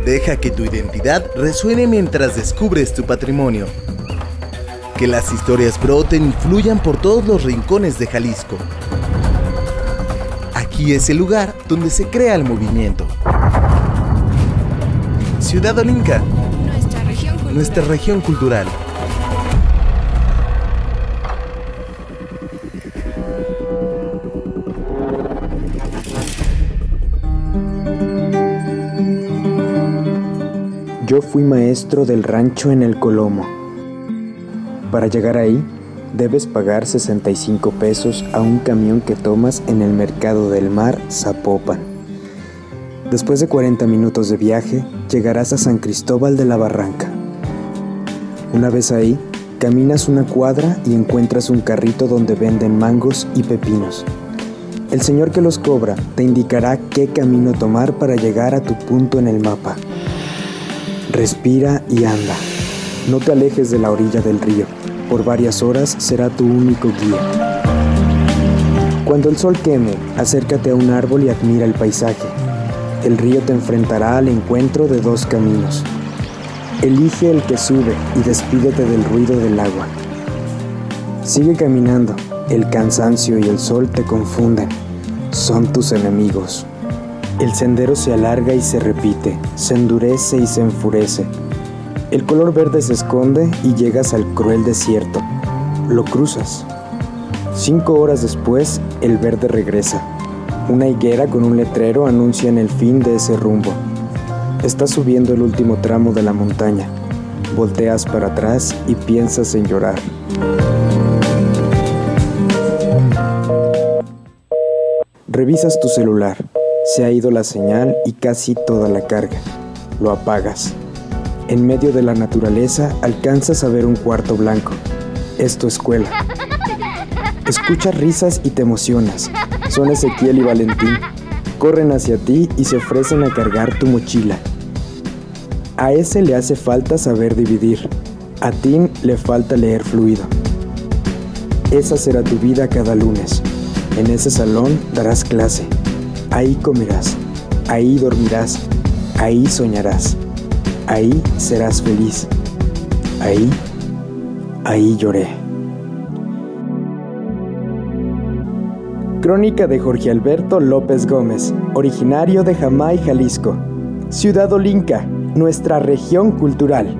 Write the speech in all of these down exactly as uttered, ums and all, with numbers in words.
Deja que tu identidad resuene mientras descubres tu patrimonio. Que las historias broten y fluyan por todos los rincones de Jalisco. Aquí es el lugar donde se crea el movimiento. Ciudad Olinca, nuestra región cultural. Nuestra región cultural. Yo fui maestro del rancho en el Colomo. Para llegar ahí, debes pagar sesenta y cinco pesos a un camión que tomas en el Mercado del Mar, Zapopan. Después de cuarenta minutos de viaje, llegarás a San Cristóbal de la Barranca. Una vez ahí, caminas una cuadra y encuentras un carrito donde venden mangos y pepinos. El señor que los cobra te indicará qué camino tomar para llegar a tu punto en el mapa. Respira y anda. No te alejes de la orilla del río. Por varias horas será tu único guía. Cuando el sol queme, acércate a un árbol y admira el paisaje. El río te enfrentará al encuentro de dos caminos. Elige el que sube y despídete del ruido del agua. Sigue caminando. El cansancio y el sol te confunden. Son tus enemigos. El sendero se alarga y se repite, se endurece y se enfurece. El color verde se esconde y llegas al cruel desierto. Lo cruzas. Cinco horas después, el verde regresa. Una higuera con un letrero anuncian el fin de ese rumbo. Estás subiendo el último tramo de la montaña. Volteas para atrás y piensas en llorar. Revisas tu celular. Se ha ido la señal y casi toda la carga. Lo apagas. En medio de la naturaleza alcanzas a ver un cuarto blanco. Es tu escuela. Escuchas risas y te emocionas. Son Ezequiel y Valentín. Corren hacia ti y se ofrecen a cargar tu mochila. A ese le hace falta saber dividir. A Tim le falta leer fluido. Esa será tu vida cada lunes. En ese salón darás clase. Ahí comerás, ahí dormirás, ahí soñarás, ahí serás feliz, ahí, ahí lloré. Crónica de Jorge Alberto López Gómez, originario de Jamay, Jalisco. Ciudad Olinca, nuestra región cultural.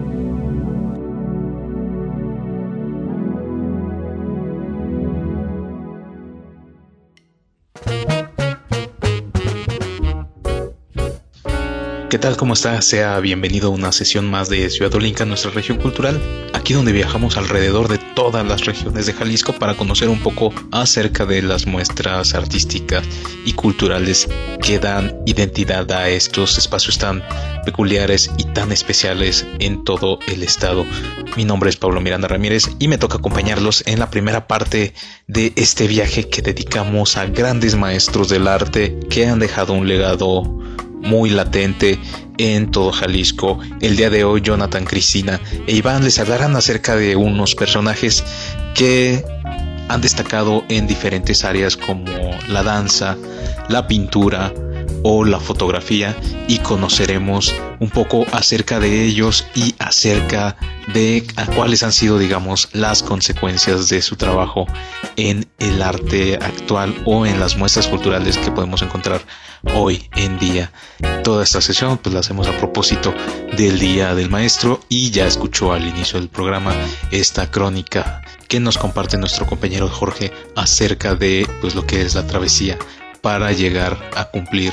¿Qué tal? ¿Cómo está? Sea bienvenido a una sesión más de Ciudad Olinca, nuestra región cultural, aquí donde viajamos alrededor de todas las regiones de Jalisco para conocer un poco acerca de las muestras artísticas y culturales que dan identidad a estos espacios tan peculiares y tan especiales en todo el estado. Mi nombre es Pablo Miranda Ramírez y me toca acompañarlos en la primera parte de este viaje que dedicamos a grandes maestros del arte que han dejado un legado muy latente en todo Jalisco. El día de hoy Jonathan, Cristina e Iván les hablarán acerca de unos personajes que han destacado en diferentes áreas como la danza, la pintura o la fotografía, y conoceremos un poco acerca de ellos y acerca de a cuáles han sido, digamos, las consecuencias de su trabajo en el arte actual o en las muestras culturales que podemos encontrar hoy en día. Toda esta sesión pues la hacemos a propósito del Día del Maestro, y ya escuchó al inicio del programa esta crónica que nos comparte nuestro compañero Jorge acerca de pues lo que es la travesía para llegar a cumplir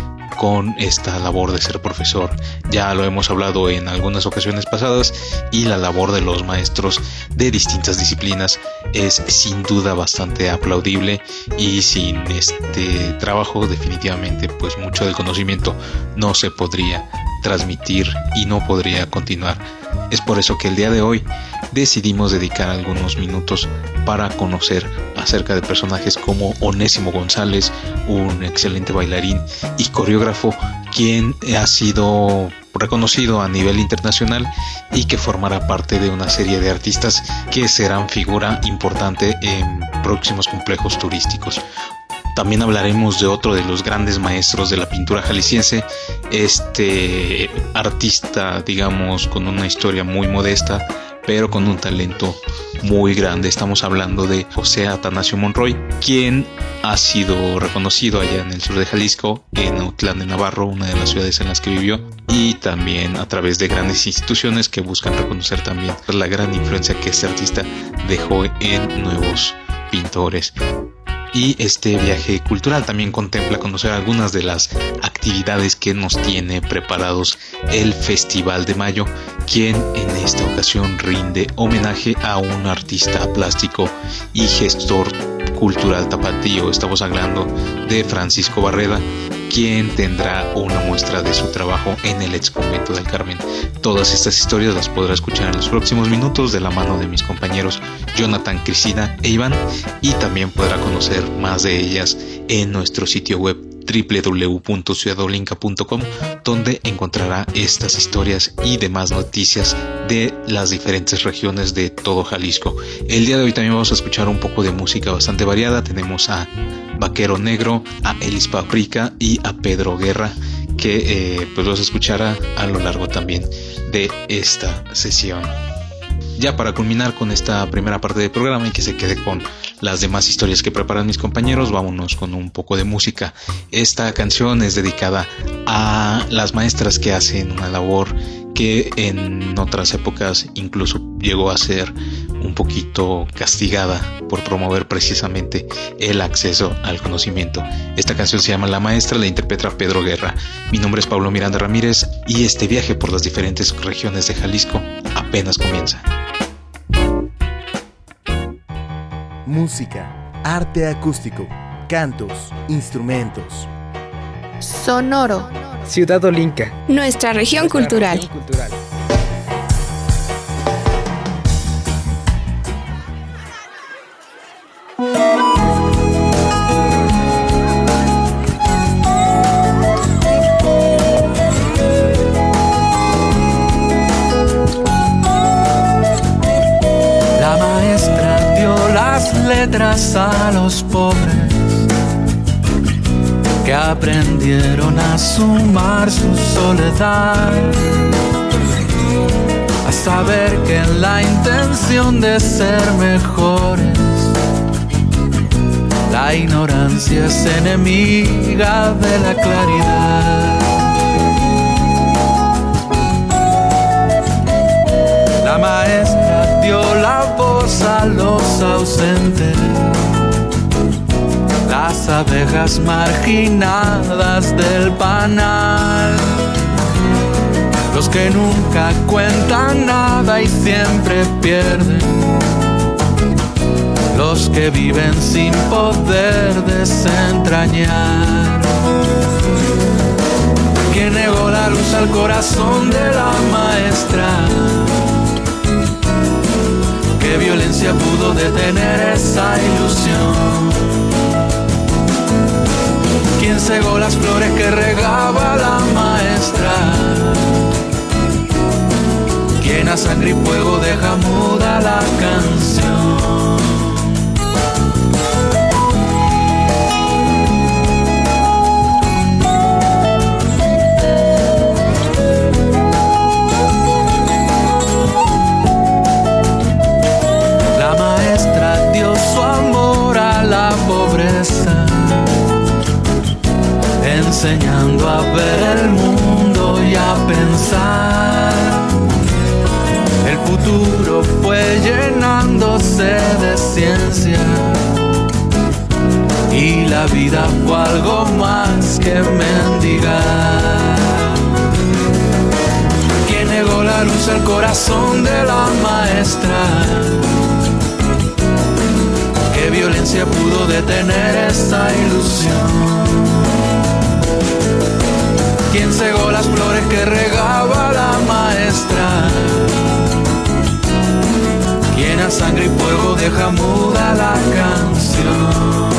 con esta labor de ser profesor. Ya lo hemos hablado en algunas ocasiones pasadas, y la labor de los maestros de distintas disciplinas es sin duda bastante aplaudible, y sin este trabajo definitivamente pues mucho del conocimiento no se podría transmitir y no podría continuar. Es por eso que el día de hoy decidimos dedicar algunos minutos para conocer acerca de personajes como Onésimo González, un excelente bailarín y coreógrafo, quien ha sido reconocido a nivel internacional y que formará parte de una serie de artistas que serán figura importante en próximos complejos turísticos. También hablaremos de otro de los grandes maestros de la pintura jalisciense, este artista, digamos, con una historia muy modesta, pero con un talento muy grande. Estamos hablando de José Atanasio Monroy, quien ha sido reconocido allá en el sur de Jalisco, en Autlán de Navarro, una de las ciudades en las que vivió, y también a través de grandes instituciones que buscan reconocer también la gran influencia que este artista dejó en nuevos pintores. Y este viaje cultural también contempla conocer algunas de las actividades que nos tiene preparados el Festival de Mayo, quien en esta ocasión rinde homenaje a un artista plástico y gestor cultural tapatío. Estamos hablando de Francisco Barreda, quien tendrá una muestra de su trabajo en el ex convento del Carmen. Todas estas historias las podrá escuchar en los próximos minutos de la mano de mis compañeros Jonathan, Cristina e Iván, y también podrá conocer más de ellas en nuestro sitio web doble u doble u doble u punto ciudadolinca punto com, donde encontrará estas historias y demás noticias de las diferentes regiones de todo Jalisco. El día de hoy también vamos a escuchar un poco de música bastante variada. Tenemos a Vaquero Negro, a Elis Paprika y a Pedro Guerra, que eh, pues los escuchará a lo largo también de esta sesión. Ya para culminar con esta primera parte del programa y que se quede con las demás historias que preparan mis compañeros, vámonos con un poco de música. Esta canción es dedicada a las maestras que hacen una labor que en otras épocas incluso llegó a ser un poquito castigada por promover precisamente el acceso al conocimiento. Esta canción se llama La Maestra, la interpreta Pedro Guerra. Mi nombre es Pablo Miranda Ramírez y este viaje por las diferentes regiones de Jalisco apenas comienza. Música, arte acústico, cantos, instrumentos. Sonoro. Ciudad Olinca. Nuestra región Nuestra cultural. región cultural. La maestra dio las letras a los pobres que aprendieron a sumar su soledad, a saber que en la intención de ser mejores, la ignorancia es enemiga de la claridad. La maestra dio la voz a los ausentes, las abejas marginadas del panal, los que nunca cuentan nada y siempre pierden, los que viven sin poder desentrañar. ¿Quién negó la luz al corazón de la maestra? ¿Qué violencia pudo detener esa ilusión? ¿Quién cegó las flores que regaba la maestra? ¿Quién a sangre y fuego deja muda la canción? La maestra dio su amor a la pobreza, enseñando a ver el mundo y a pensar. El futuro fue llenándose de ciencia y la vida fue algo más que mendigar. ¿Quién negó la luz al corazón de la maestra? ¿Qué violencia pudo detener esa ilusión? ¿Quién cegó las flores que regaba la maestra? ¿Quién a sangre y fuego deja muda la canción?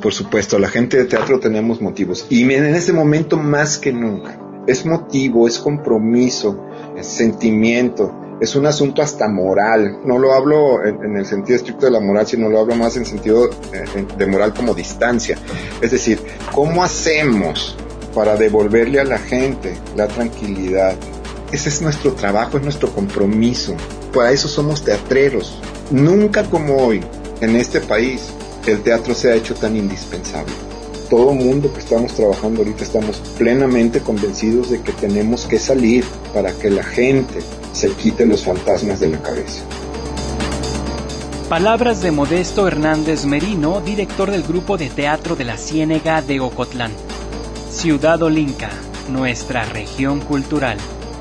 por supuesto, la gente de teatro tenemos motivos. Y en este momento más que nunca. Es motivo, es compromiso, es sentimiento, es un asunto hasta moral. No lo hablo en, en el sentido estricto de la moral, sino lo hablo más en sentido eh, de moral como distancia. Es decir, ¿cómo hacemos para devolverle a la gente la tranquilidad? Ese es nuestro trabajo, es nuestro compromiso. Para eso somos teatreros. Nunca como hoy, en este país, el teatro se ha hecho tan indispensable. Todo mundo que estamos trabajando ahorita estamos plenamente convencidos de que tenemos que salir para que la gente se quite los fantasmas de la cabeza. Palabras de Modesto Hernández Merino, director del grupo de teatro de la Ciénega de Ocotlán. Ciudad Olinca, nuestra región cultural.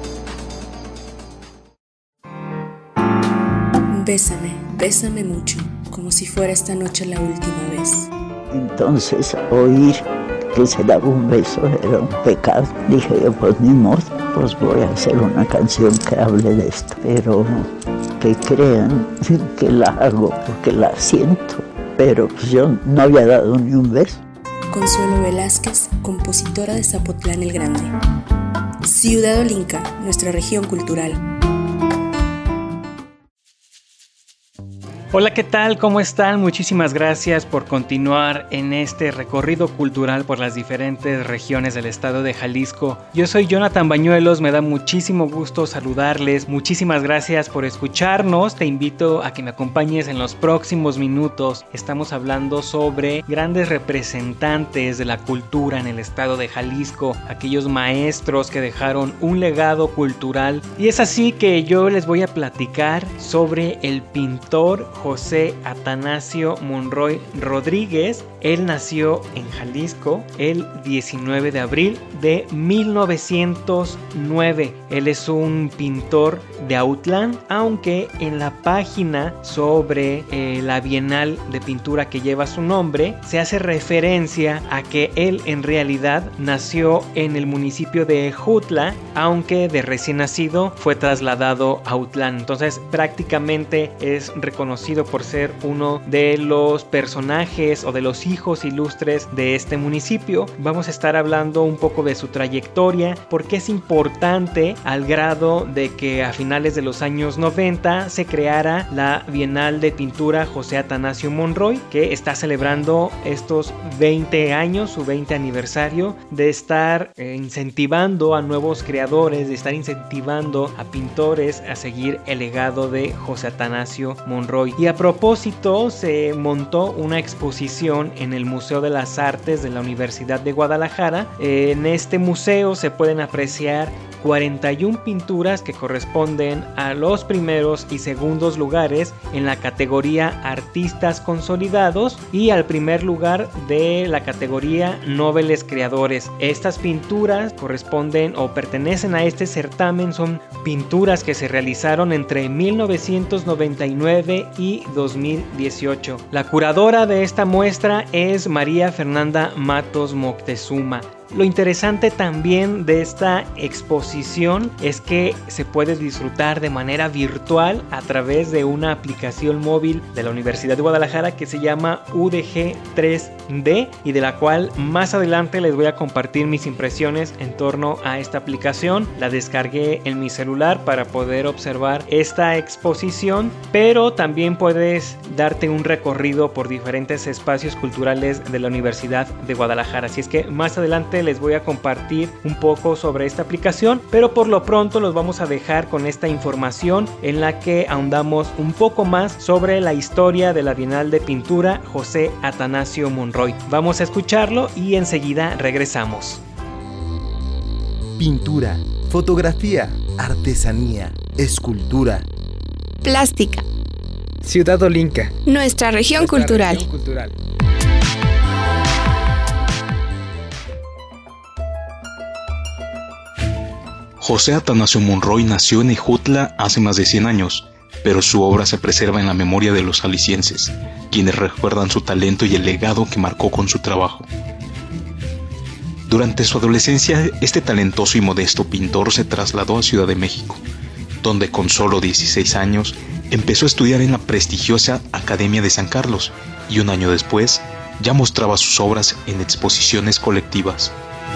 Bésame, bésame mucho, como si fuera esta noche la última vez. Entonces oír que se daba un beso era un pecado. Dije yo, pues ni modo, pues voy a hacer una canción que hable de esto. Pero que crean que la hago porque la siento. Pero pues yo no había dado ni un beso. Consuelo Velázquez, compositora de Zapotlán el Grande. Ciudad Olinca, nuestra región cultural. Hola, ¿qué tal? ¿Cómo están? Muchísimas gracias por continuar en este recorrido cultural por las diferentes regiones del estado de Jalisco. Yo soy Jonathan Bañuelos, me da muchísimo gusto saludarles. Muchísimas gracias por escucharnos. Te invito a que me acompañes en los próximos minutos. Estamos hablando sobre grandes representantes de la cultura en el estado de Jalisco, aquellos maestros que dejaron un legado cultural. Y es así que yo les voy a platicar sobre el pintor José Atanasio Monroy Rodríguez. Él nació en Jalisco el diecinueve de abril de mil novecientos nueve. Él es un pintor de Autlán, aunque en la página sobre eh, la Bienal de Pintura que lleva su nombre, se hace referencia a que él en realidad nació en el municipio de Ejutla, aunque de recién nacido fue trasladado a Autlán. Entonces prácticamente es reconocido por ser uno de los personajes o de los hijos ilustres de este municipio. Vamos a estar hablando un poco de su trayectoria, porque es importante al grado de que a finales de los años noventa se creara la Bienal de Pintura José Atanasio Monroy, que está celebrando estos veinte años, su veinte aniversario, de estar eh, incentivando a nuevos creadores, de estar incentivando a pintores a seguir el legado de José Atanasio Monroy. Y a propósito, se montó una exposición en el Museo de las Artes de la Universidad de Guadalajara. En este museo se pueden apreciar cuarenta y una pinturas que corresponden a los primeros y segundos lugares en la categoría Artistas Consolidados y al primer lugar de la categoría Noveles Creadores. Estas pinturas corresponden o pertenecen a este certamen, son pinturas que se realizaron entre mil novecientos noventa y nueve y dos mil dieciocho. La curadora de esta muestra es María Fernanda Matos Moctezuma. Lo interesante también de esta exposición es que se puede disfrutar de manera virtual a través de una aplicación móvil de la Universidad de Guadalajara que se llama U D G tres D y de la cual más adelante les voy a compartir mis impresiones en torno a esta aplicación. La descargué en mi celular para poder observar esta exposición, pero también puedes darte un recorrido por diferentes espacios culturales de la Universidad de Guadalajara. Así es que más adelante les voy a compartir un poco sobre esta aplicación, pero por lo pronto los vamos a dejar con esta información en la que ahondamos un poco más sobre la historia de la Bienal de Pintura José Atanasio Monroy. Vamos a escucharlo y enseguida regresamos. Pintura, fotografía, artesanía, escultura, Plástica, Ciudad Olinca, nuestra región nuestra cultural. región cultural. José Atanasio Monroy nació en Ejutla hace más de cien años, pero su obra se preserva en la memoria de los jaliscienses, quienes recuerdan su talento y el legado que marcó con su trabajo. Durante su adolescencia, este talentoso y modesto pintor se trasladó a Ciudad de México, donde con solo dieciséis años empezó a estudiar en la prestigiosa Academia de San Carlos y un año después ya mostraba sus obras en exposiciones colectivas.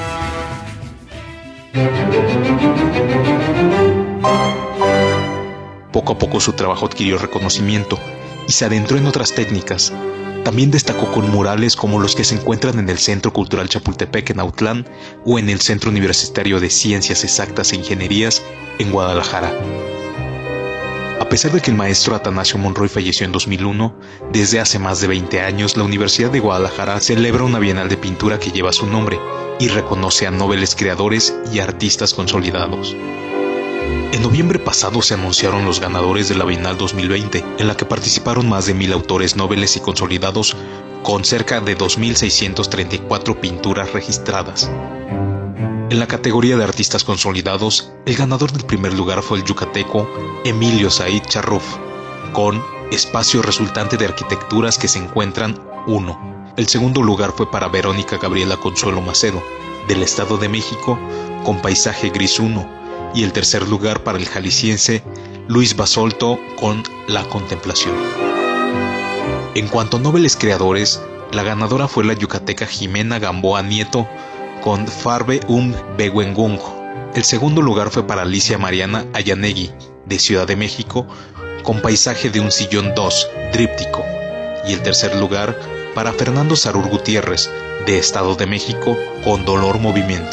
Poco a poco su trabajo adquirió reconocimiento y se adentró en otras técnicas. También destacó con murales como los que se encuentran en el Centro Cultural Chapultepec en Autlán o en el Centro Universitario de Ciencias Exactas e Ingenierías en Guadalajara. A pesar de que el maestro Atanasio Monroy falleció en dos mil uno, desde hace más de veinte años la Universidad de Guadalajara celebra una bienal de pintura que lleva su nombre y reconoce a nobles creadores y artistas consolidados. En noviembre pasado se anunciaron los ganadores de la Bienal dos mil veinte, en la que participaron más de mil autores nobles y consolidados con cerca de dos mil seiscientas treinta y cuatro pinturas registradas. En la categoría de artistas consolidados, el ganador del primer lugar fue el yucateco Emilio Said Charruf, con Espacio resultante de arquitecturas que se encuentran uno. El segundo lugar fue para Verónica Gabriela Consuelo Macedo, del Estado de México, con Paisaje Gris uno, y el tercer lugar para el jalisciense Luis Basolto con La Contemplación. En cuanto a nobles creadores, la ganadora fue la yucateca Jimena Gamboa Nieto con Farbe um Bewengung. El segundo lugar fue para Alicia Mariana Ayanegui, de Ciudad de México, con Paisaje de un Sillón dos, Tríptico, y el tercer lugar para Fernando Sarur Gutiérrez, de Estado de México, con Dolor Movimiento.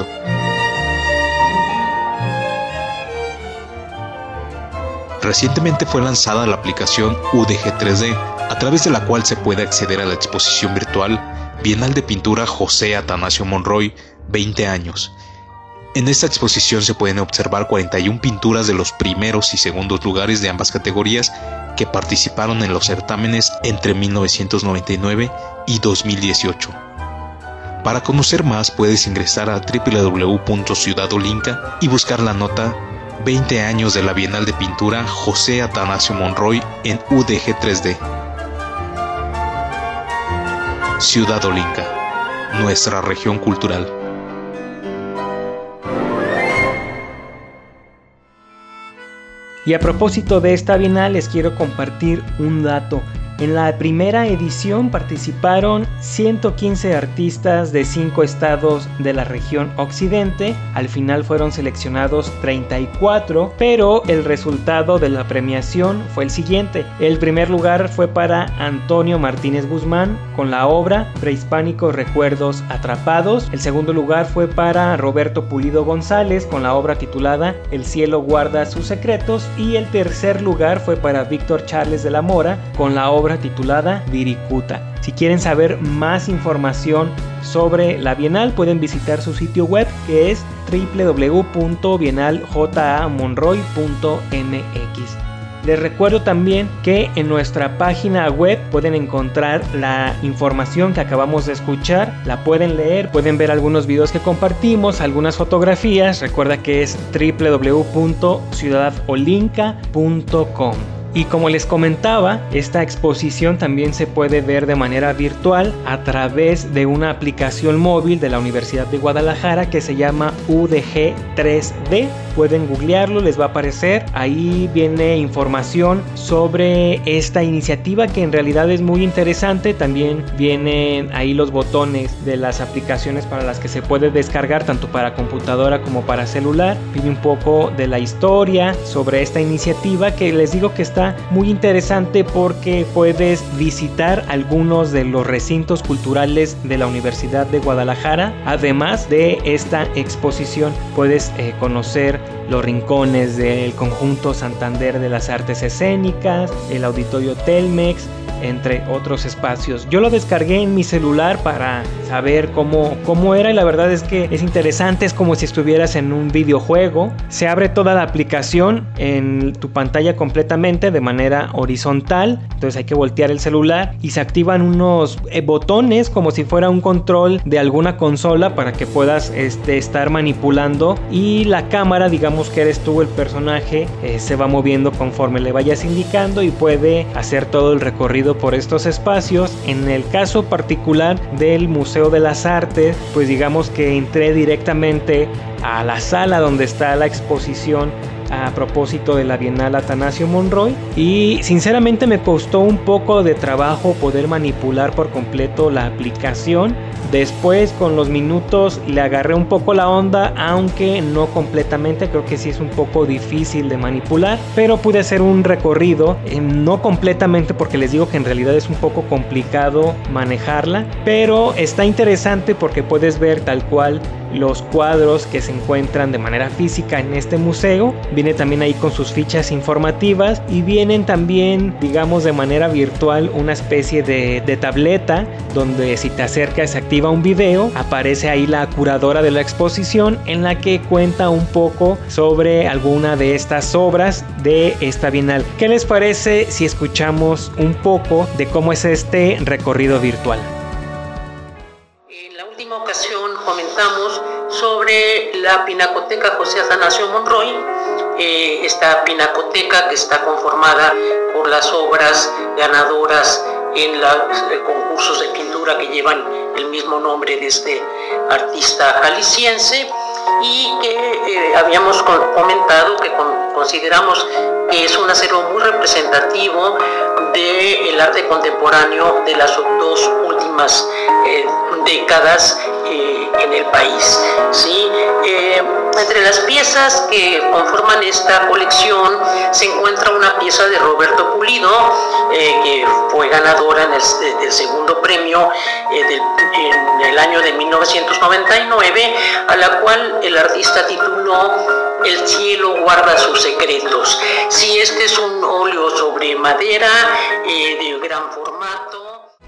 Recientemente fue lanzada la aplicación U D G tres D, a través de la cual se puede acceder a la exposición virtual Bienal de Pintura José Atanasio Monroy, veinte años. En esta exposición se pueden observar cuarenta y una pinturas de los primeros y segundos lugares de ambas categorías que participaron en los certámenes entre mil novecientos noventa y nueve y dos mil dieciocho. Para conocer más puedes ingresar a w w w punto ciudad olinca y buscar la nota veinte años de la Bienal de Pintura José Atanasio Monroy en U D G tres D. Ciudad Olinca, nuestra región cultural. Y a propósito de esta bienal les quiero compartir un dato. En la primera edición participaron ciento quince artistas de cinco estados de la región occidente. Al final fueron seleccionados treinta y cuatro, pero el resultado de la premiación fue el siguiente. El primer lugar fue para Antonio Martínez Guzmán con la obra Prehispánicos Recuerdos Atrapados. El segundo lugar fue para Roberto Pulido González con la obra titulada El cielo guarda sus secretos. Y el tercer lugar fue para Víctor Charles de la Mora con la obra titulada Viricuta. Si quieren saber más información sobre la Bienal pueden visitar su sitio web, que es w w w punto bienal ja monroy punto m x. Les recuerdo también que en nuestra página web pueden encontrar la información que acabamos de escuchar, la pueden leer, pueden ver algunos videos que compartimos, algunas fotografías. Recuerda que es w w w punto ciudad olinca punto com. Y como les comentaba, esta exposición también se puede ver de manera virtual a través de una aplicación móvil de la Universidad de Guadalajara que se llama U D G tres D. Pueden googlearlo, les va a aparecer. Ahí viene información sobre esta iniciativa que en realidad es muy interesante. También vienen ahí los botones de las aplicaciones para las que se puede descargar tanto para computadora como para celular. Viene un poco de la historia sobre esta iniciativa que les digo que está muy interesante porque puedes visitar algunos de los recintos culturales de la Universidad de Guadalajara. Además de esta exposición puedes eh, conocer los rincones del conjunto Santander de las Artes Escénicas, el Auditorio Telmex, entre otros espacios. Yo lo descargué en mi celular para saber cómo, cómo era y la verdad es que es interesante, es como si estuvieras en un videojuego. Se abre toda la aplicación en tu pantalla completamente de manera horizontal, entonces hay que voltear el celular y se activan unos eh, botones como si fuera un control de alguna consola para que puedas este, estar manipulando, y la cámara, digamos que eres tú el personaje, eh, se va moviendo conforme le vayas indicando y puede hacer todo el recorrido por estos espacios. En el caso particular del Museo de las Artes, pues digamos que entré directamente a la sala donde está la exposición a propósito de la Bienal Atanasio Monroy, y sinceramente me costó un poco de trabajo poder manipular por completo la aplicación. Después con los minutos le agarré un poco la onda, aunque no completamente. Creo que sí es un poco difícil de manipular, pero pude hacer un recorrido, eh, no completamente porque les digo que en realidad es un poco complicado manejarla, pero está interesante porque puedes ver tal cual los cuadros que se encuentran de manera física en este museo. Viene también ahí con sus fichas informativas, y vienen también, digamos, de manera virtual una especie de, de tableta donde si te acercas se activa un video, aparece ahí la curadora de la exposición en la que cuenta un poco sobre alguna de estas obras de esta bienal. ¿Qué les parece si escuchamos un poco de cómo es este recorrido virtual? En la última ocasión comentamos sobre la Pinacoteca José Atanasio Monroy, eh, esta pinacoteca que está conformada por las obras ganadoras en los eh, concursos de pintura que llevan el mismo nombre de este artista jalisciense, y que eh, habíamos comentado que con, consideramos que es un acervo muy representativo del arte contemporáneo de las dos últimas eh, décadas eh, en el país, ¿sí? Eh, entre las piezas que conforman esta colección se encuentra una pieza de Roberto Pulido, eh, que fue ganadora en el, del segundo premio eh, del, en el año de mil novecientos noventa y nueve, a la cual el artista tituló El cielo guarda sus secretos. Sí, este es un óleo sobre madera eh, de gran formato.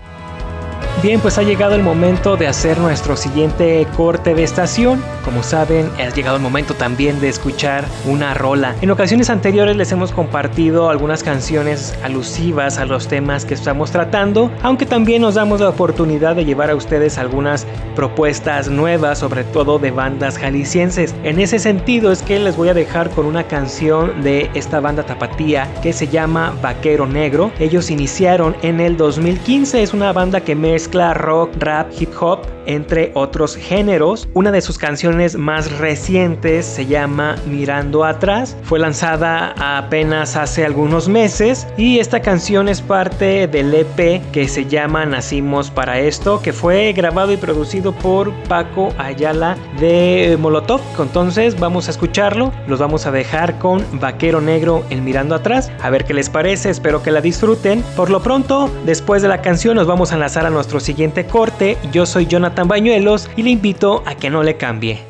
Bien, pues ha llegado el momento de hacer nuestro siguiente corte de estación. Como saben, ha llegado el momento también de escuchar una rola. En ocasiones anteriores les hemos compartido algunas canciones alusivas a los temas que estamos tratando, aunque también nos damos la oportunidad de llevar a ustedes algunas propuestas nuevas, sobre todo de bandas jaliscienses. En ese sentido es que les voy a dejar con una canción de esta banda tapatía que se llama Vaquero Negro. Ellos iniciaron en el dos mil quince, es una banda que mezcla rock, rap, hip hop, entre otros géneros. Una de sus canciones más recientes se llama Mirando Atrás. Fue lanzada apenas hace algunos meses, y esta canción es parte del E P que se llama Nacimos para Esto, que fue grabado y producido por Paco Ayala de Molotov. Entonces vamos a escucharlo. Los vamos a dejar con Vaquero Negro en Mirando Atrás. A ver qué les parece, espero que la disfruten. Por lo pronto, después de la canción nos vamos a enlazar a nuestro siguiente corte. Yo soy Jonathan Bañuelos y le invito a que no le cambie.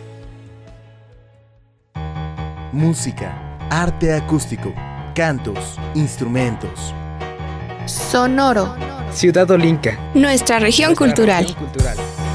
Música, arte acústico, cantos, instrumentos. Sonoro. Ciudad Olinca. Nuestra región Nuestra cultural. región cultural.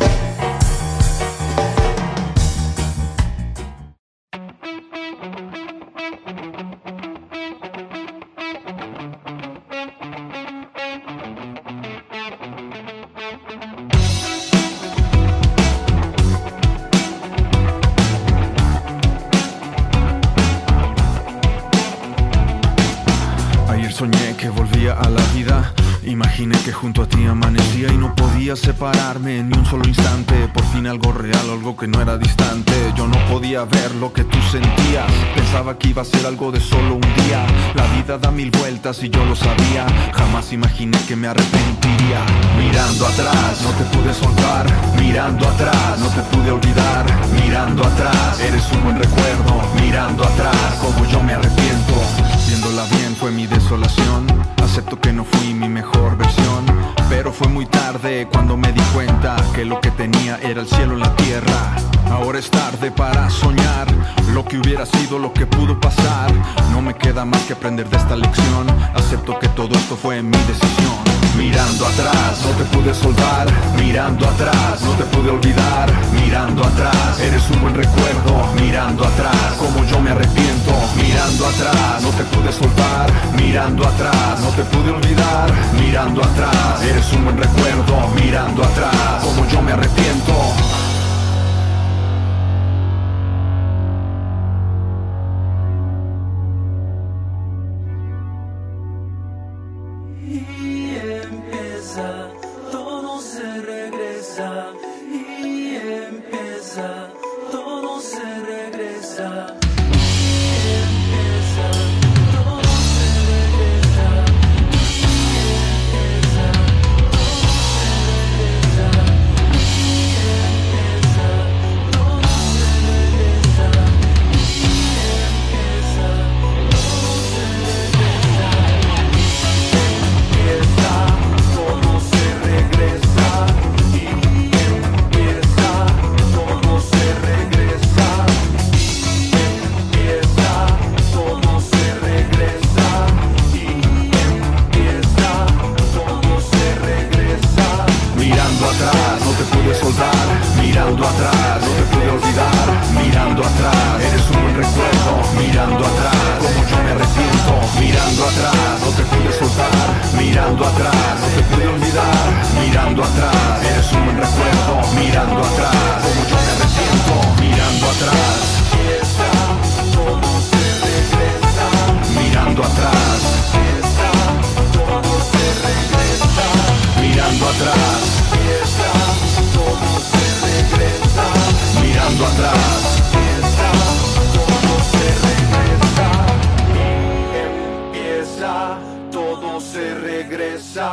Soñé que volvía a la vida. Imaginé que junto a ti amanecía y no podía separarme ni un solo instante. Por fin algo real, algo que no era distante. Yo no podía ver lo que tú sentías. Pensaba que iba a ser algo de solo un día. La vida da mil vueltas y yo lo sabía. Jamás imaginé que me arrepentiría. Mirando atrás, no te pude soltar. Mirando atrás, no te pude olvidar. Mirando atrás, eres un buen recuerdo. Mirando atrás, como yo me arrepiento. Viéndola bien fue mi desolación. Acepto que no fui mi mejor versión, pero fue muy tarde cuando me di cuenta que lo que tenía era el cielo en la tierra. Ahora es tarde para soñar lo que hubiera sido, lo que pudo pasar. No me queda más que aprender de esta lección. Acepto que todo esto fue mi decisión. Mirando atrás, no te pude soltar. Mirando atrás, no te pude olvidar. Mirando atrás, eres un buen recuerdo. Mirando atrás, como yo me arrepiento. Mirando atrás, no te pude soltar. Mirando atrás, no te pude olvidar. Mirando atrás, eres un buen recuerdo. Mirando atrás, como yo me arrepiento.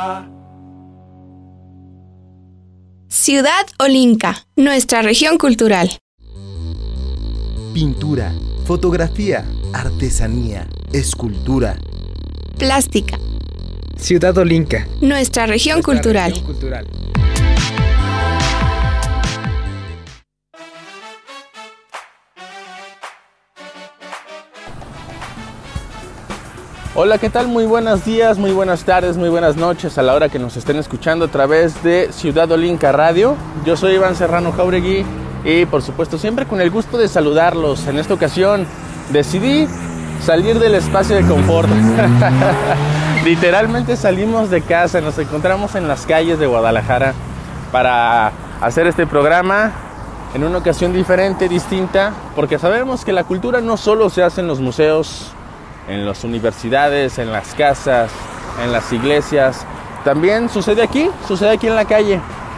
Ciudad Olinca, nuestra región cultural. Pintura, fotografía, artesanía, escultura. Plástica. Ciudad Olinca, Nuestra región nuestra cultural. región cultural. Hola, ¿qué tal? Muy buenos días, muy buenas tardes, muy buenas noches a la hora que nos estén escuchando a través de Ciudad Olinca Radio. Yo soy Iván Serrano Jauregui y por supuesto siempre con el gusto de saludarlos. En esta ocasión decidí salir del espacio de confort. Literalmente salimos de casa, nos encontramos en las calles de Guadalajara para hacer este programa en una ocasión diferente, distinta, porque sabemos que la cultura no solo se hace en los museos, en las universidades, en las casas, en las iglesias, también sucede aquí, sucede aquí en la calle.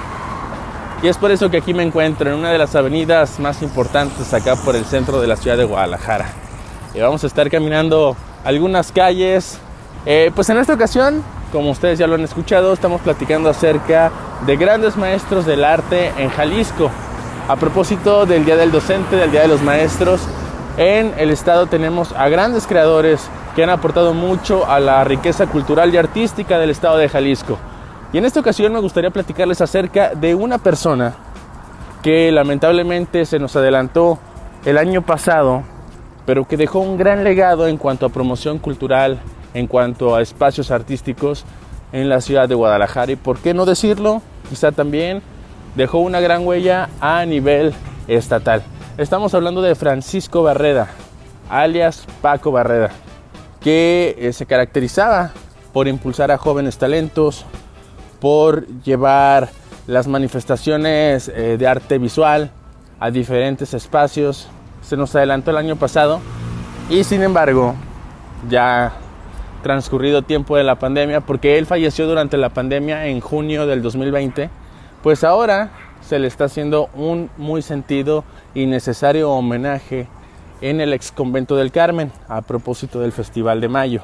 Y es por eso que aquí me encuentro en una de las avenidas más importantes acá por el centro de la ciudad de Guadalajara. Y vamos a estar caminando algunas calles. Eh, pues en esta ocasión, como ustedes ya lo han escuchado, estamos platicando acerca de grandes maestros del arte en Jalisco. A propósito del Día del Docente, del Día de los Maestros, en el estado tenemos a grandes creadores que han aportado mucho a la riqueza cultural y artística del estado de Jalisco. Y en esta ocasión me gustaría platicarles acerca de una persona que lamentablemente se nos adelantó el año pasado, pero que dejó un gran legado en cuanto a promoción cultural, en cuanto a espacios artísticos en la ciudad de Guadalajara. Y por qué no decirlo, quizá también dejó una gran huella a nivel estatal. Estamos hablando de Francisco Barreda, alias Paco Barreda, que eh, se caracterizaba por impulsar a jóvenes talentos, por llevar las manifestaciones eh, de arte visual a diferentes espacios. Se nos adelantó el año pasado y sin embargo, ya transcurrido tiempo de la pandemia, porque él falleció durante la pandemia en junio del dos mil veinte, pues ahora se le está haciendo un muy sentido y necesario homenaje en el ex convento del Carmen a propósito del Festival de Mayo.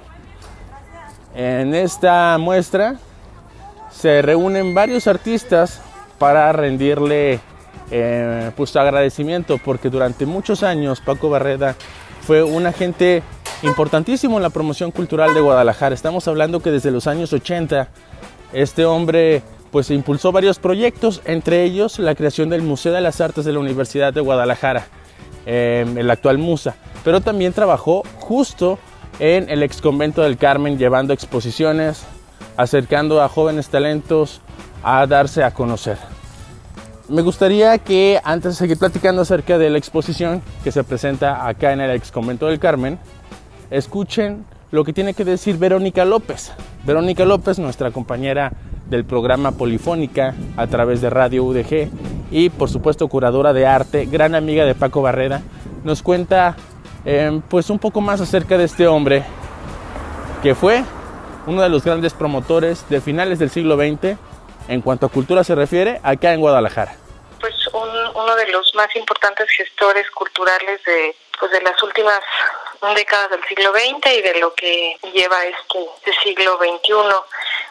En esta muestra se reúnen varios artistas para rendirle eh, pues, agradecimiento, porque durante muchos años Paco Barreda fue un agente importantísimo en la promoción cultural de Guadalajara. Estamos hablando que desde los años ochenta este hombre pues impulsó varios proyectos, entre ellos la creación del Museo de las Artes de la Universidad de Guadalajara, eh, el actual MUSA, pero también trabajó justo en el ex convento del Carmen, llevando exposiciones, acercando a jóvenes talentos a darse a conocer. Me gustaría que antes de seguir platicando acerca de la exposición que se presenta acá en el ex convento del Carmen, escuchen lo que tiene que decir Verónica López. Verónica López, nuestra compañera del programa Polifónica a través de Radio U D G y por supuesto curadora de arte, gran amiga de Paco Barreda, nos cuenta eh, pues un poco más acerca de este hombre que fue uno de los grandes promotores de finales del siglo veinte en cuanto a cultura se refiere acá en Guadalajara. Pues un, uno de los más importantes gestores culturales de, pues de las últimas décadas del siglo veinte y de lo que lleva este, este siglo veintiuno.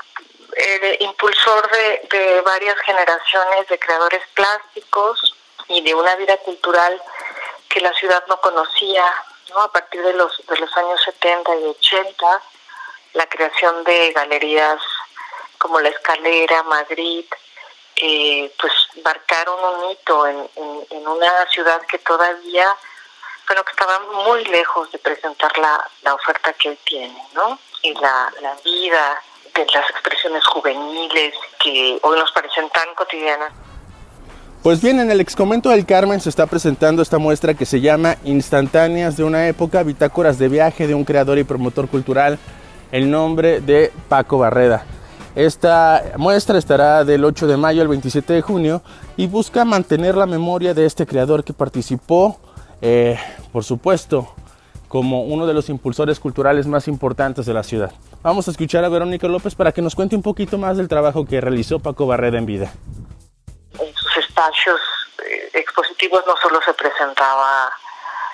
El impulsor de, de varias generaciones de creadores plásticos y de una vida cultural que la ciudad no conocía, ¿no? A partir de los de los años setenta y ochenta, la creación de galerías como La Escalera, Madrid, eh, pues marcaron un hito en, en, en una ciudad que todavía, bueno, que estaba muy lejos de presentar la, la oferta que él tiene, ¿no? Y la, la vida de las expresiones juveniles que hoy nos parecen tan cotidianas. Pues bien, en el ex convento del Carmen se está presentando esta muestra que se llama Instantáneas de una época, bitácoras de viaje de un creador y promotor cultural, el nombre de Paco Barreda. Esta muestra estará del ocho de mayo al veintisiete de junio y busca mantener la memoria de este creador que participó, eh, por supuesto, como uno de los impulsores culturales más importantes de la ciudad. Vamos a escuchar a Verónica López para que nos cuente un poquito más del trabajo que realizó Paco Barreda en vida. En sus espacios eh, expositivos no solo se presentaba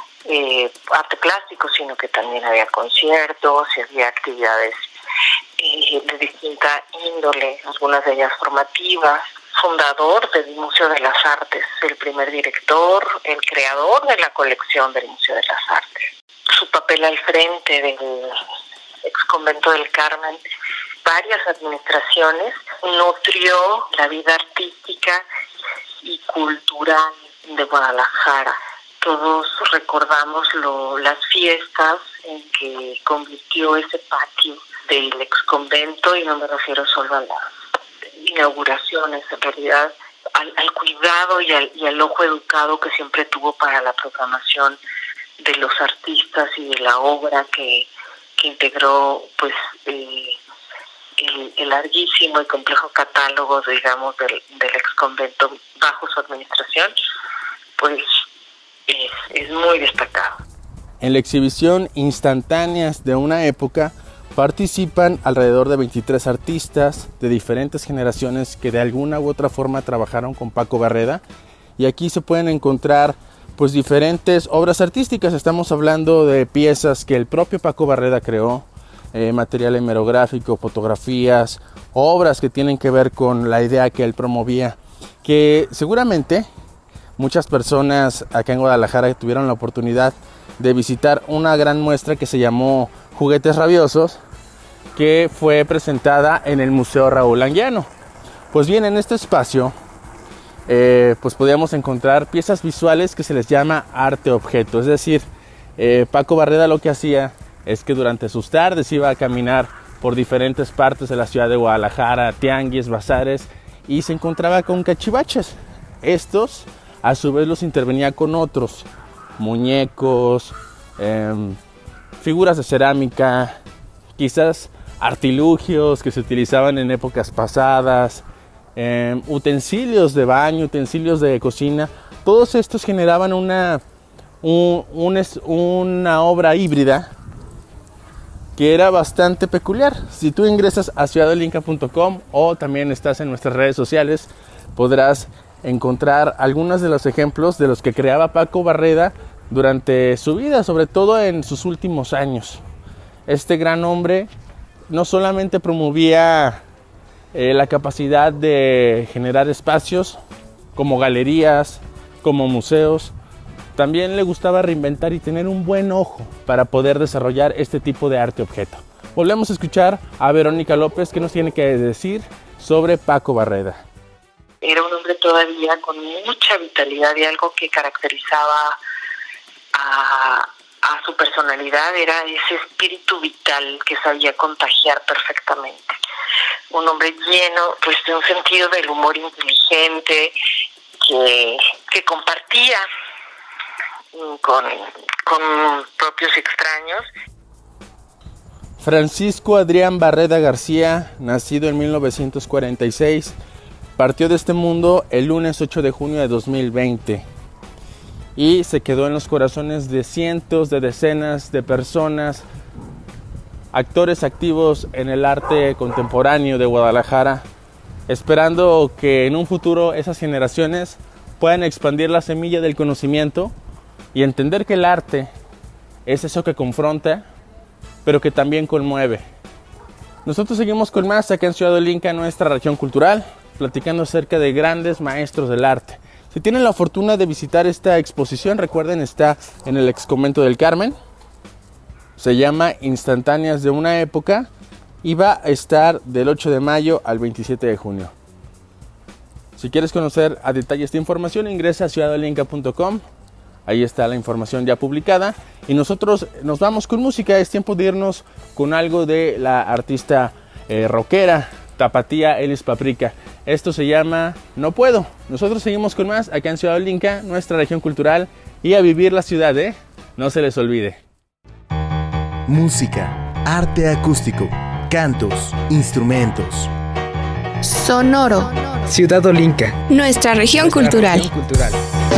eh, arte plástico, sino que también había conciertos y había actividades eh, eh, de distinta índole, algunas de ellas formativas. Fundador del Museo de las Artes, el primer director, el creador de la colección del Museo de las Artes. Su papel al frente del exconvento del Carmen, varias administraciones, nutrió la vida artística y cultural de Guadalajara. Todos recordamos lo, las fiestas en que convirtió ese patio del exconvento, y no me refiero solo a las inauguraciones, en realidad al, al cuidado y al, y al ojo educado que siempre tuvo para la programación de los artistas y de la obra que, que integró pues eh, el, el larguísimo y complejo catálogo, digamos, del, del exconvento bajo su administración, pues es, es muy destacado. En la exhibición Instantáneas de una época participan alrededor de veintitrés artistas de diferentes generaciones que de alguna u otra forma trabajaron con Paco Barreda, y aquí se pueden encontrar pues diferentes obras artísticas. Estamos hablando de piezas que el propio Paco Barreda creó, eh, material hemerográfico, fotografías, obras que tienen que ver con la idea que él promovía, que seguramente muchas personas acá en Guadalajara tuvieron la oportunidad de visitar una gran muestra que se llamó Juguetes Rabiosos, que fue presentada en el Museo Raúl Anguiano. Pues bien, en este espacio eh, pues podíamos encontrar piezas visuales que se les llama arte objeto, es decir, eh, Paco Barreda lo que hacía es que durante sus tardes iba a caminar por diferentes partes de la ciudad de Guadalajara, tianguis, bazares, y se encontraba con cachivaches. Estos a su vez los intervenía con otros muñecos, eh, figuras de cerámica, quizás artilugios que se utilizaban en épocas pasadas, eh, utensilios de baño, utensilios de cocina. Todos estos generaban una, un, un, una obra híbrida que era bastante peculiar. Si tú ingresas a ciudad del inca punto com o también estás en nuestras redes sociales, podrás encontrar algunos de los ejemplos de los que creaba Paco Barreda durante su vida, sobre todo en sus últimos años. Este gran hombre no solamente promovía eh, la capacidad de generar espacios como galerías, como museos, también le gustaba reinventar y tener un buen ojo para poder desarrollar este tipo de arte objeto. Volvemos a escuchar a Verónica López, que nos tiene que decir sobre Paco Barreda. Era un hombre todavía con mucha vitalidad, y algo que caracterizaba a, a su personalidad era ese espíritu vital que sabía contagiar perfectamente. Un hombre lleno pues de un sentido del humor inteligente que, que compartía con, con propios y extraños. Francisco Adrián Barreda García, nacido en mil novecientos cuarenta y seis, partió de este mundo el lunes ocho de junio de dos mil veinte y se quedó en los corazones de cientos de decenas de personas, actores activos en el arte contemporáneo de Guadalajara, esperando que en un futuro esas generaciones puedan expandir la semilla del conocimiento y entender que el arte es eso que confronta, pero que también conmueve. Nosotros seguimos con más acá en Ciudad del Inca, nuestra región cultural, platicando acerca de grandes maestros del arte. Si tienen la fortuna de visitar esta exposición, recuerden, está en el exconvento del Carmen. Se llama Instantáneas de una época y va a estar del ocho de mayo al veintisiete de junio. Si quieres conocer a detalle esta información, ingresa a ciudad del inca punto com. Ahí está la información ya publicada. Y nosotros nos vamos con música. Es tiempo de irnos con algo de la artista eh, rockera tapatía Elis Paprika. Esto se llama No Puedo. Nosotros seguimos con más acá en Ciudad del Inca, nuestra región cultural, y a vivir la ciudad, ¿eh? No se les olvide. Música, arte acústico, cantos, instrumentos. Sonoro. Ciudad del Inca, Nuestra región nuestra cultural. región cultural.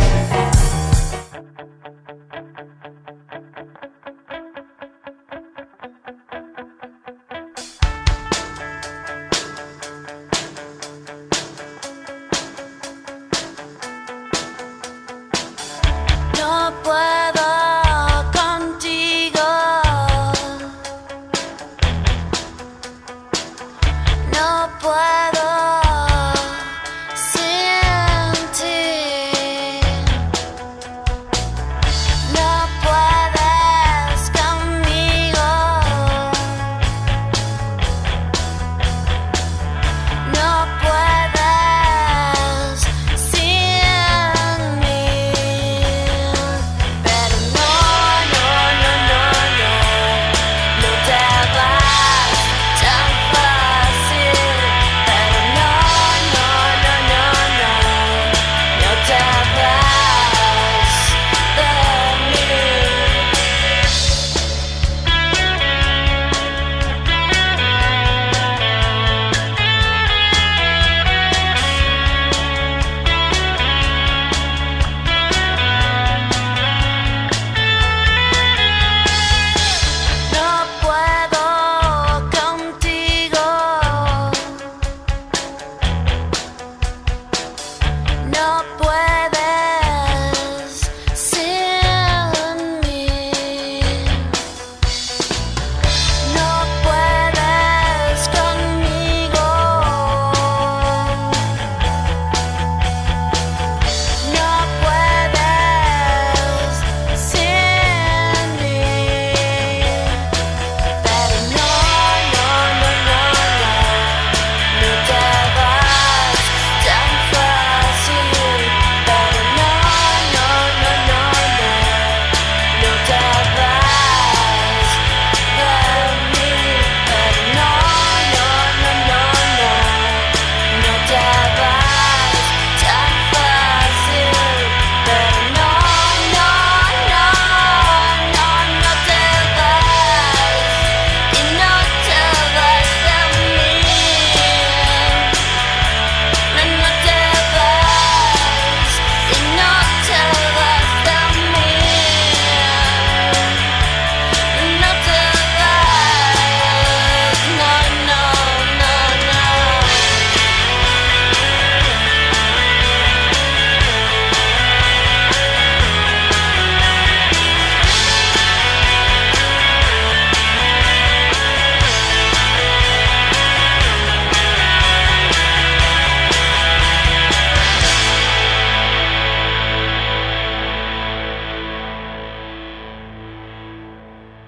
No puedo contigo.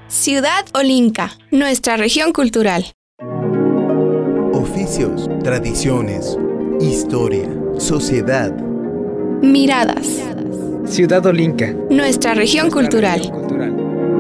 Ciudad Olinca, nuestra región cultural. Oficios, tradiciones, historia, sociedad. Miradas. Ciudad Olinca, Nuestra región nuestra cultural. región cultural.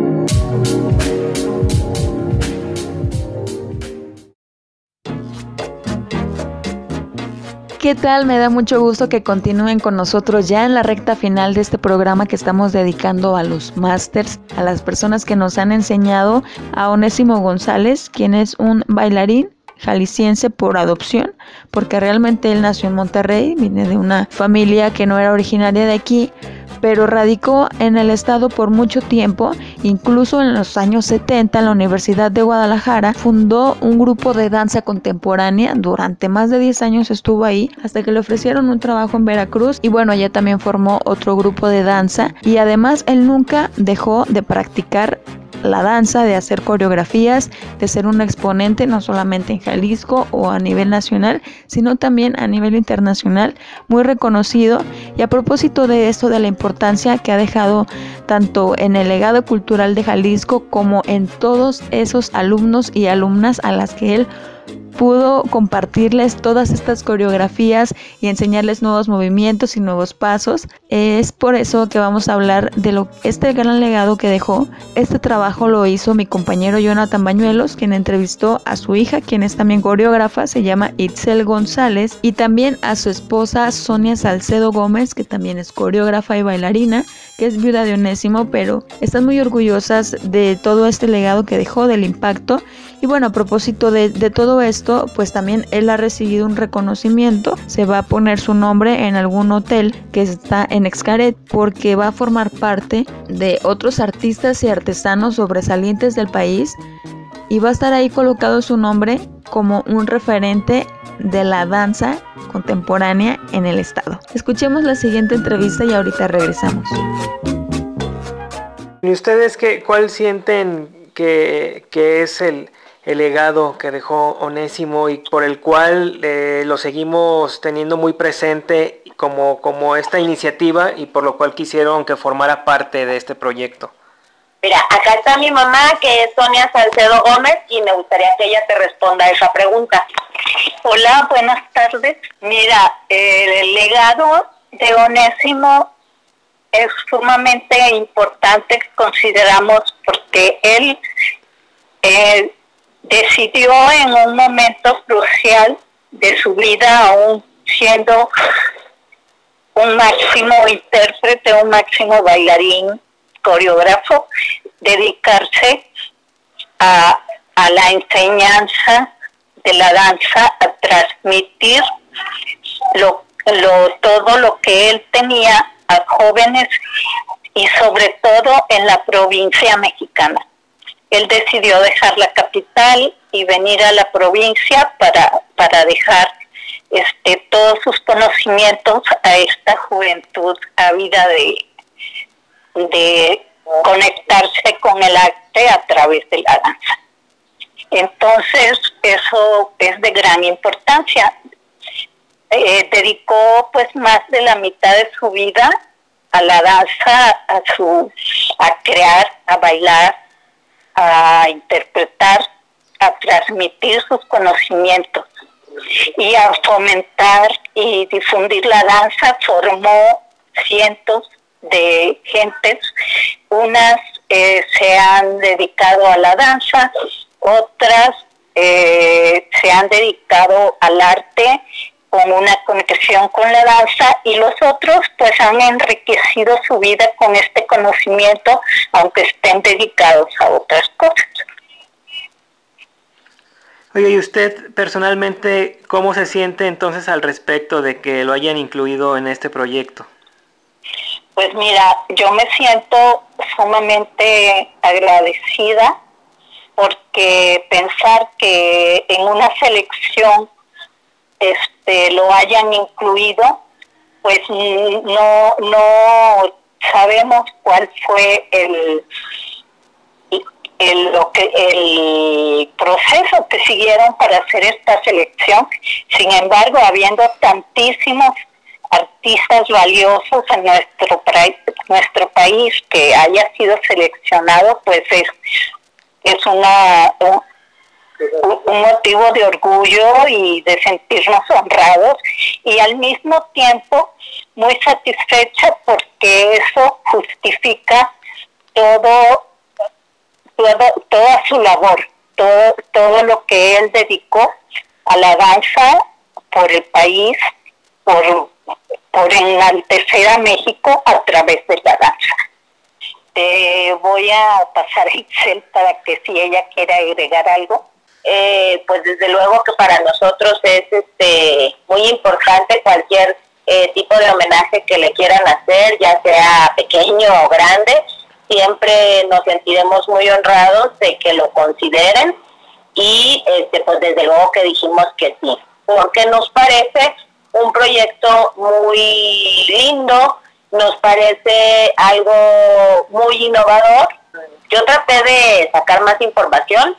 ¿Qué tal? Me da mucho gusto que continúen con nosotros ya en la recta final de este programa que estamos dedicando a los másters, a las personas que nos han enseñado, a Onésimo González, quien es un bailarín jalisciense por adopción, porque realmente él nació en Monterrey, viene de una familia que no era originaria de aquí, pero radicó en el estado por mucho tiempo. Incluso en los años setenta en la Universidad de Guadalajara fundó un grupo de danza contemporánea. Durante más de diez años estuvo ahí hasta que le ofrecieron un trabajo en Veracruz, y bueno, allá también formó otro grupo de danza, y además él nunca dejó de practicar la danza, de hacer coreografías, de ser un exponente no solamente en Jalisco o a nivel nacional, sino también a nivel internacional, muy reconocido. Y a propósito de esto, de la importancia que ha dejado tanto en el legado cultural de Jalisco como en todos esos alumnos y alumnas a las que él pudo compartirles todas estas coreografías y enseñarles nuevos movimientos y nuevos pasos. Es por eso que vamos a hablar de lo, este gran legado que dejó. Este trabajo lo hizo mi compañero Jonathan Bañuelos, quien entrevistó a su hija, quien es también coreógrafa, se llama Itzel González, y también a su esposa Sonia Salcedo Gómez, que también es coreógrafa y bailarina, que es viuda de Onésimo, pero están muy orgullosas de todo este legado que dejó, del impacto. Y bueno, a propósito de, de todo esto, pues también él ha recibido un reconocimiento. Se va a poner su nombre en algún hotel que está en Xcaret, porque va a formar parte de otros artistas y artesanos sobresalientes del país, y va a estar ahí colocado su nombre como un referente de la danza contemporánea en el estado. Escuchemos la siguiente entrevista y ahorita regresamos. ¿Y ustedes qué, cuál sienten que, que es el, el legado que dejó Onésimo y por el cual eh, lo seguimos teniendo muy presente como, como esta iniciativa, y por lo cual quisieron que formara parte de este proyecto? Mira, acá está mi mamá, que es Sonia Salcedo Gómez, y me gustaría que ella te responda a esa pregunta. Hola, buenas tardes. Mira, el legado de Onésimo es sumamente importante, consideramos, porque él eh, decidió en un momento crucial de su vida, aún siendo un máximo intérprete, un máximo bailarín, coreógrafo, dedicarse a, a la enseñanza de la danza, a transmitir lo, lo, todo lo que él tenía a jóvenes, y sobre todo en la provincia mexicana. Él decidió dejar la capital y venir a la provincia para, para dejar este, todos sus conocimientos a esta juventud ávida de, de conectarse con el arte a través de la danza. Entonces, eso es de gran importancia. Eh, dedicó pues más de la mitad de su vida a la danza, a su a crear, a bailar, a interpretar, a transmitir sus conocimientos y a fomentar y difundir la danza. Formó cientos de gentes, unas eh, se han dedicado a la danza, otras eh, se han dedicado al arte con una conexión con la danza, y los otros pues han enriquecido su vida con este conocimiento, aunque estén dedicados a otras cosas. Oye, ¿y usted personalmente cómo se siente entonces al respecto de que lo hayan incluido en este proyecto? Pues mira, yo me siento sumamente agradecida, porque pensar que en una selección este lo hayan incluido, pues no no sabemos cuál fue el el lo que el proceso que siguieron para hacer esta selección. Sin embargo, habiendo tantísimos artistas valiosos en nuestro, nuestro país que haya sido seleccionado, pues es es una un, un motivo de orgullo y de sentirnos honrados, y al mismo tiempo muy satisfecha porque eso justifica todo, todo toda su labor, todo, todo lo que él dedicó a la danza por el país, por, por enaltecer a México a través de la danza. Te voy a pasar a Itzel para que si ella quiere agregar algo. Eh, pues desde luego que para nosotros es este muy importante cualquier eh, tipo de homenaje que le quieran hacer, ya sea pequeño o grande. Siempre nos sentiremos muy honrados de que lo consideren y este pues desde luego que dijimos que sí, porque nos parece un proyecto muy lindo, nos parece algo muy innovador. Yo traté de sacar más información,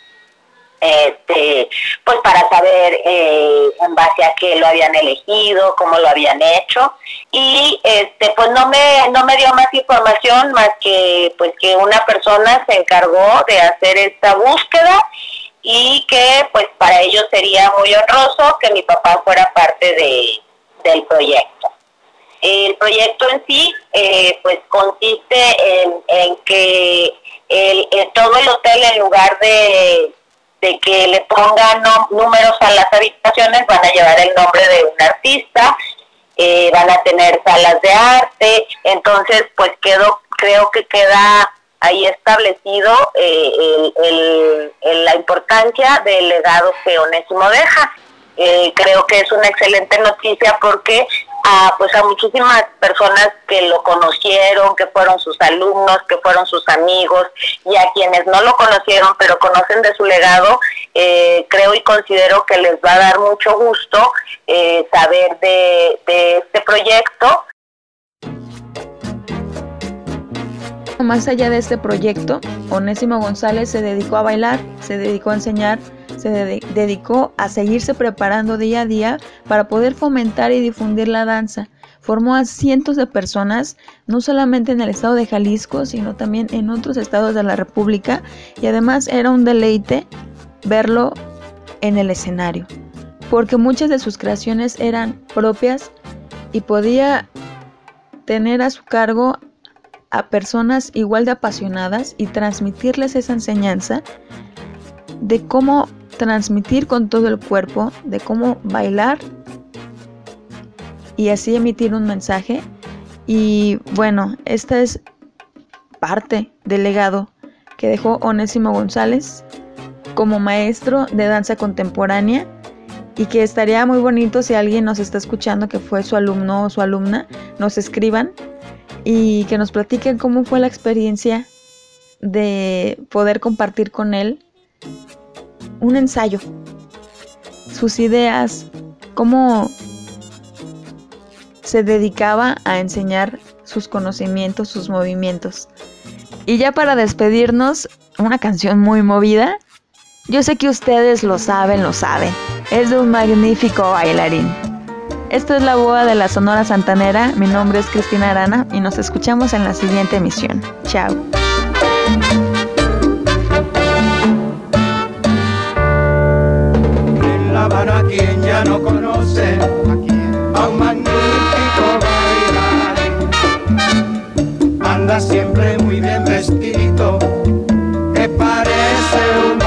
este, pues para saber eh, en base a qué lo habían elegido, cómo lo habían hecho, y este, pues no me, no me dio más información más que pues que una persona se encargó de hacer esta búsqueda y que pues para ellos sería muy honroso que mi papá fuera parte de, del proyecto. El proyecto en sí eh, pues consiste en, en que el, el, todo el hotel, en lugar de, de que le pongan no, números a las habitaciones, van a llevar el nombre de un artista, eh, van a tener salas de arte. Entonces pues quedó, creo que queda ahí establecido eh, el, el, el, la importancia del legado que Onésimo deja. Eh, creo que es una excelente noticia porque a, pues a muchísimas personas que lo conocieron, que fueron sus alumnos, que fueron sus amigos, y a quienes no lo conocieron pero conocen de su legado, eh, creo y considero que les va a dar mucho gusto eh, saber de, de este proyecto. Más allá de este proyecto, Onésimo González se dedicó a bailar, se dedicó a enseñar, se de- dedicó a seguirse preparando día a día para poder fomentar y difundir la danza. Formó a cientos de personas, no solamente en el estado de Jalisco, sino también en otros estados de la República, y además era un deleite verlo en el escenario, porque muchas de sus creaciones eran propias y podía tener a su cargo a personas igual de apasionadas y transmitirles esa enseñanza de cómo transmitir con todo el cuerpo, de cómo bailar y así emitir un mensaje. Y bueno, esta es parte del legado que dejó Onésimo González como maestro de danza contemporánea, y que estaría muy bonito si alguien nos está escuchando que fue su alumno o su alumna, nos escriban y que nos platiquen cómo fue la experiencia de poder compartir con él un ensayo, sus ideas, cómo se dedicaba a enseñar sus conocimientos, sus movimientos. Y ya para despedirnos, una canción muy movida. Yo sé que ustedes lo saben, lo saben. Es de un magnífico bailarín. Esto es La Boda de la Sonora Santanera. Mi nombre es Cristina Arana y nos escuchamos en la siguiente emisión. Chao. En La Habana, quien ya no conoce a un magnífico bailarín, anda siempre muy bien vestidito, que parece un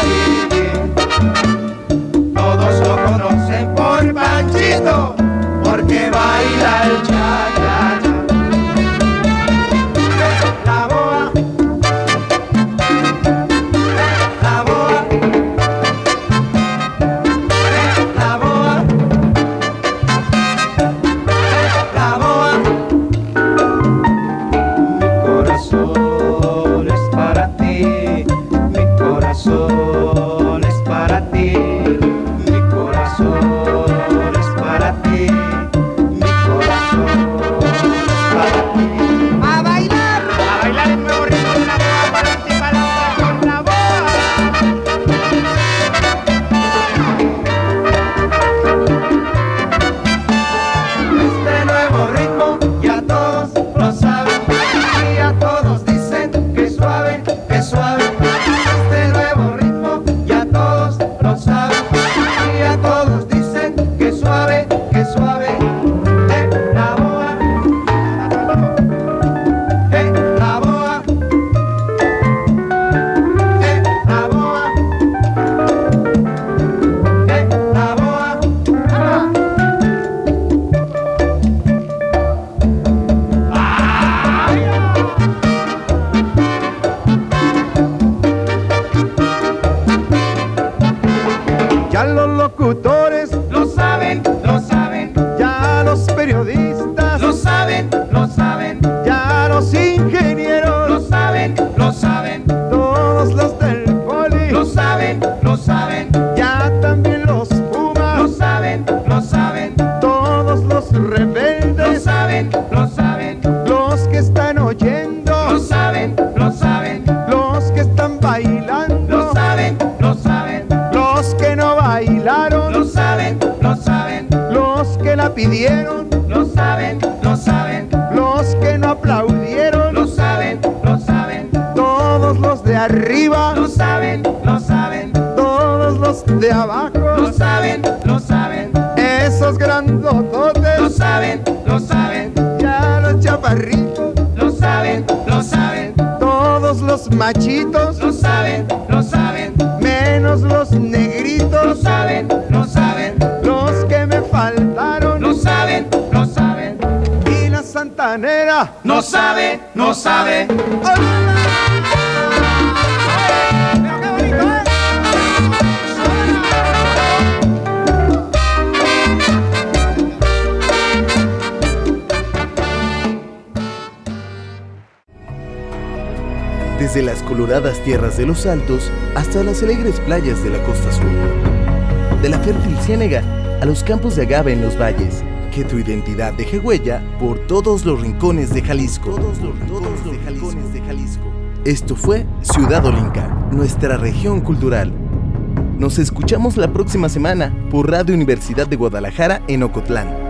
mariquín. Todos lo conocen por Panchito, porque baila el cha-cha-cha. La boa bailando, lo saben, lo saben. Los que no bailaron, lo saben, lo saben. Los que la pidieron, lo saben, lo saben. Los que no aplaudieron, lo saben, lo saben. Todos los de arriba, lo saben, lo saben. Todos los de abajo, lo saben, lo saben. Esos grandototes, lo saben, lo saben. Ya los chaparritos, lo saben, lo saben. Todos los machitos, lo saben, lo saben. Menos los negritos, lo saben, lo saben. Los que me faltaron, lo saben, lo saben. Y la santanera, no sabe, no sabe. Desde las coloradas tierras de los Altos hasta las alegres playas de la costa sur. De la fértil ciénega a los campos de agave en los valles. Que tu identidad deje huella por todos los rincones de Jalisco. Todos los rincones de Jalisco. de Jalisco. Esto fue Ciudad Olinca, nuestra región cultural. Nos escuchamos la próxima semana por Radio Universidad de Guadalajara en Ocotlán.